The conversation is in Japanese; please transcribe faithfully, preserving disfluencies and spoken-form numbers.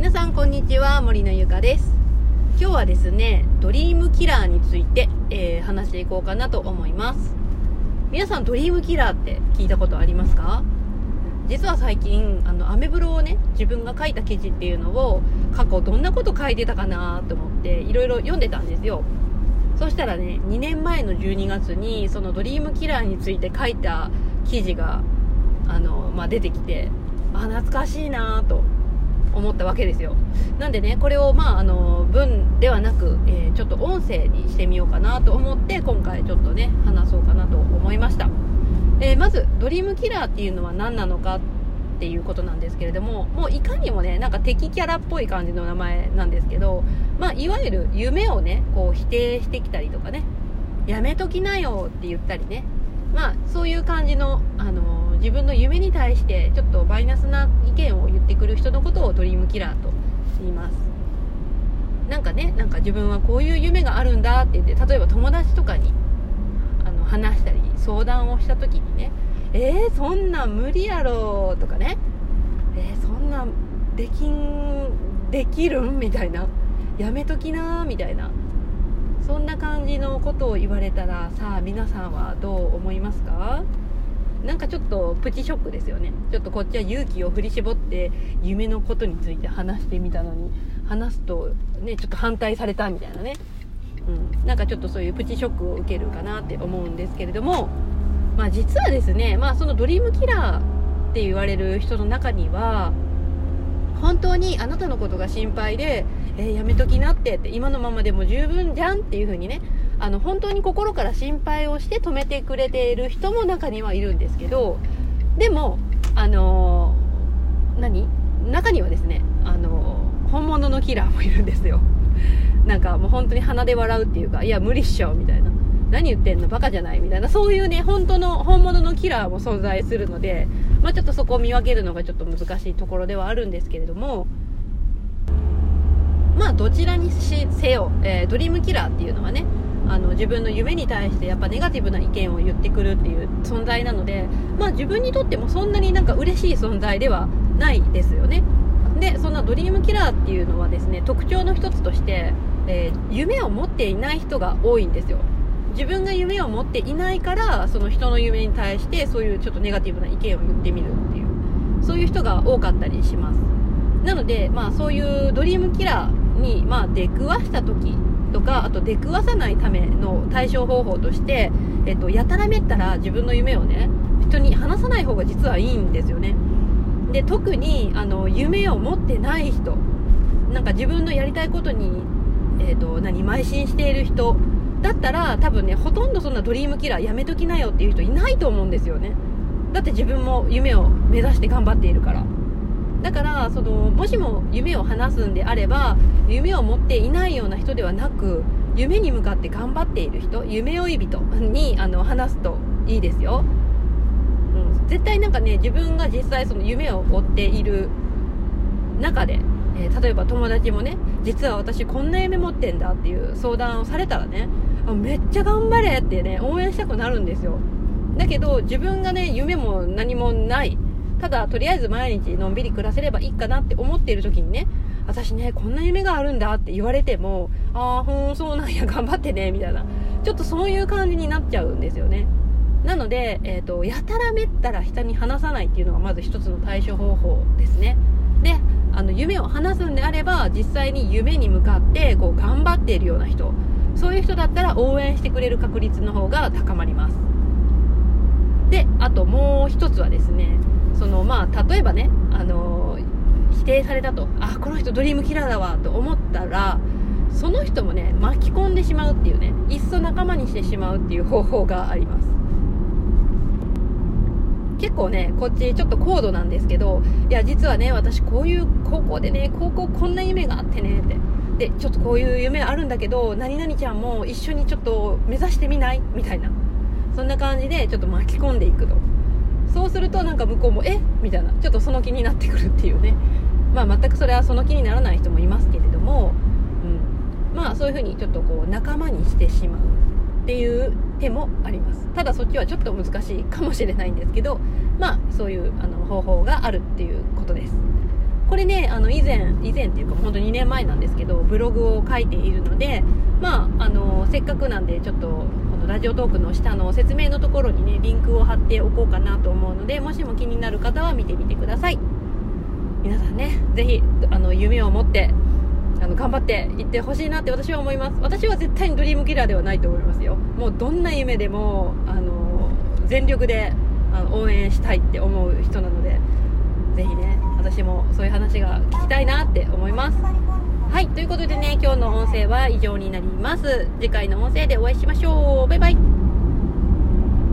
皆さんこんにちは、森のゆかです。今日はですね、ドリームキラーについて、えー、話していこうかなと思います。皆さんドリームキラーって聞いたことありますか？実は最近あのアメブロをね、自分が書いた記事っていうのを過去どんなこと書いてたかなと思っていろいろ読んでたんですよ。そしたらね、にねんまえのじゅうにがつにそのドリームキラーについて書いた記事があの、まあ、出てきて、あ、懐かしいなと思ったわけですよ。なんでね、これをまああの文ではなく、えー、ちょっと音声にしてみようかなと思って今回ちょっとね話そうかなと思いました。えー、まずドリームキラーっていうのは何なのかっていうことなんですけれども、もういかにもねなんか敵キャラっぽい感じの名前なんですけど、まあいわゆる夢をねこう否定してきたりとかね、やめときなよって言ったりね、まあそういう感じのあの自分の夢に対してちょっとマイナスな意見を言ってくる人のことをドリームキラーと言います。なんかね、なんか自分はこういう夢があるんだって言って、例えば友達とかにあの話したり相談をした時にね、えー、そんなん無理やろとかね、えー、そんなんできんできるんみたいな、やめときなみたいな、そんな感じのことを言われたら、さあ皆さんはどう思いますか？なんかちょっとプチショックですよね。ちょっとこっちは勇気を振り絞って夢のことについて話してみたのに、話すとねちょっと反対されたみたいなね、うん、なんかちょっとそういうプチショックを受けるかなって思うんですけれども、まあ実はですね、まあそのドリームキラーって言われる人の中には、本当にあなたのことが心配で、えー、やめときなってって、今のままでも十分じゃんっていう風にね、あの本当に心から心配をして止めてくれている人も中にはいるんですけど、でもあのー、何中にはですね、あのー、本物のキラーもいるんですよ。なんかもう本当に鼻で笑うっていうか、いや無理っしょみたいな、何言ってんのバカじゃないみたいな、そういうね本当の本物のキラーも存在するので、まあ、ちょっとそこを見分けるのがちょっと難しいところではあるんですけれども、まあどちらにせよ、えー、ドリームキラーっていうのはね、あの自分の夢に対してやっぱネガティブな意見を言ってくるっていう存在なので、まあ自分にとってもそんなになんか嬉しい存在ではないですよね。でそんなドリームキラーっていうのはですね、特徴の一つとして、えー、夢を持っていない人が多いんですよ。自分が夢を持っていないから、その人の夢に対してそういうちょっとネガティブな意見を言ってみるっていう、そういう人が多かったりします。なのでまあそういうドリームキラーにまあ出くわした時とか、あと出くわさないための対処方法として、えっと、やたらめったら自分の夢をね人に話さない方が実はいいんですよね。で特にあの夢を持ってない人、なんか自分のやりたいことに、えっと、何邁進している人だったら、多分ねほとんどそんなドリームキラーやめときなよっていう人いないと思うんですよね。だって自分も夢を目指して頑張っているから。だからそのもしも夢を話すんであれば、夢を持っていないような人ではなく、夢に向かって頑張っている人、夢追い人にあの話すといいですよ。うん、絶対なんかね、自分が実際その夢を追っている中で、えー、例えば友達もね、実は私こんな夢持ってんだっていう相談をされたらね、めっちゃ頑張れってね応援したくなるんですよ。だけど自分がね夢も何もない、ただとりあえず毎日のんびり暮らせればいいかなって思っている時にね、私ねこんな夢があるんだって言われても、ああほんそうなんや頑張ってねみたいな、ちょっとそういう感じになっちゃうんですよね。なので、えーと、やたらめったら人に話さないっていうのがまず一つの対処方法ですね。であの夢を話すんであれば、実際に夢に向かってこう頑張っているような人、そういう人だったら応援してくれる確率の方が高まります。であともう一つはですね、そのまあ例えばね、あのー、否定されたと、あこの人ドリームキラーだわと思ったら、その人もね巻き込んでしまうっていうね、いっそ仲間にしてしまうっていう方法があります。結構ねこっちちょっと高度なんですけど、いや実はね私こういう高校でね、高校こんな夢があってねって、でちょっとこういう夢あるんだけど何々ちゃんも一緒にちょっと目指してみないみたいな、そんな感じでちょっと巻き込んでいくと。そうするとなんか向こうもえみたいな、ちょっとその気になってくるっていうね。まあ全くそれはその気にならない人もいますけれども、うん、まあそういう風にちょっとこう仲間にしてしまうっていう手もあります。ただそっちはちょっと難しいかもしれないんですけど、まあそういうあの方法があるっていうことです。 これねあの以前以前っていうか本当にねんまえなんですけどブログを書いているので、まあ、あのせっかくなんでちょっとこのラジオトークの下の説明のところにねリンクを貼っておこうかなと思うので、もしも気になる方は見てみてください。皆さんねぜひあの夢を持ってあの頑張っていってほしいなって私は思います。私は絶対にドリームキラーではないと思いますよ。もうどんな夢でもあの全力であの応援したいって思う人なので、ぜひね私もそういう話が聞きたいなって思います。はい、ということでね今日の音声は以上になります。次回の音声でお会いしましょう。バイバイ。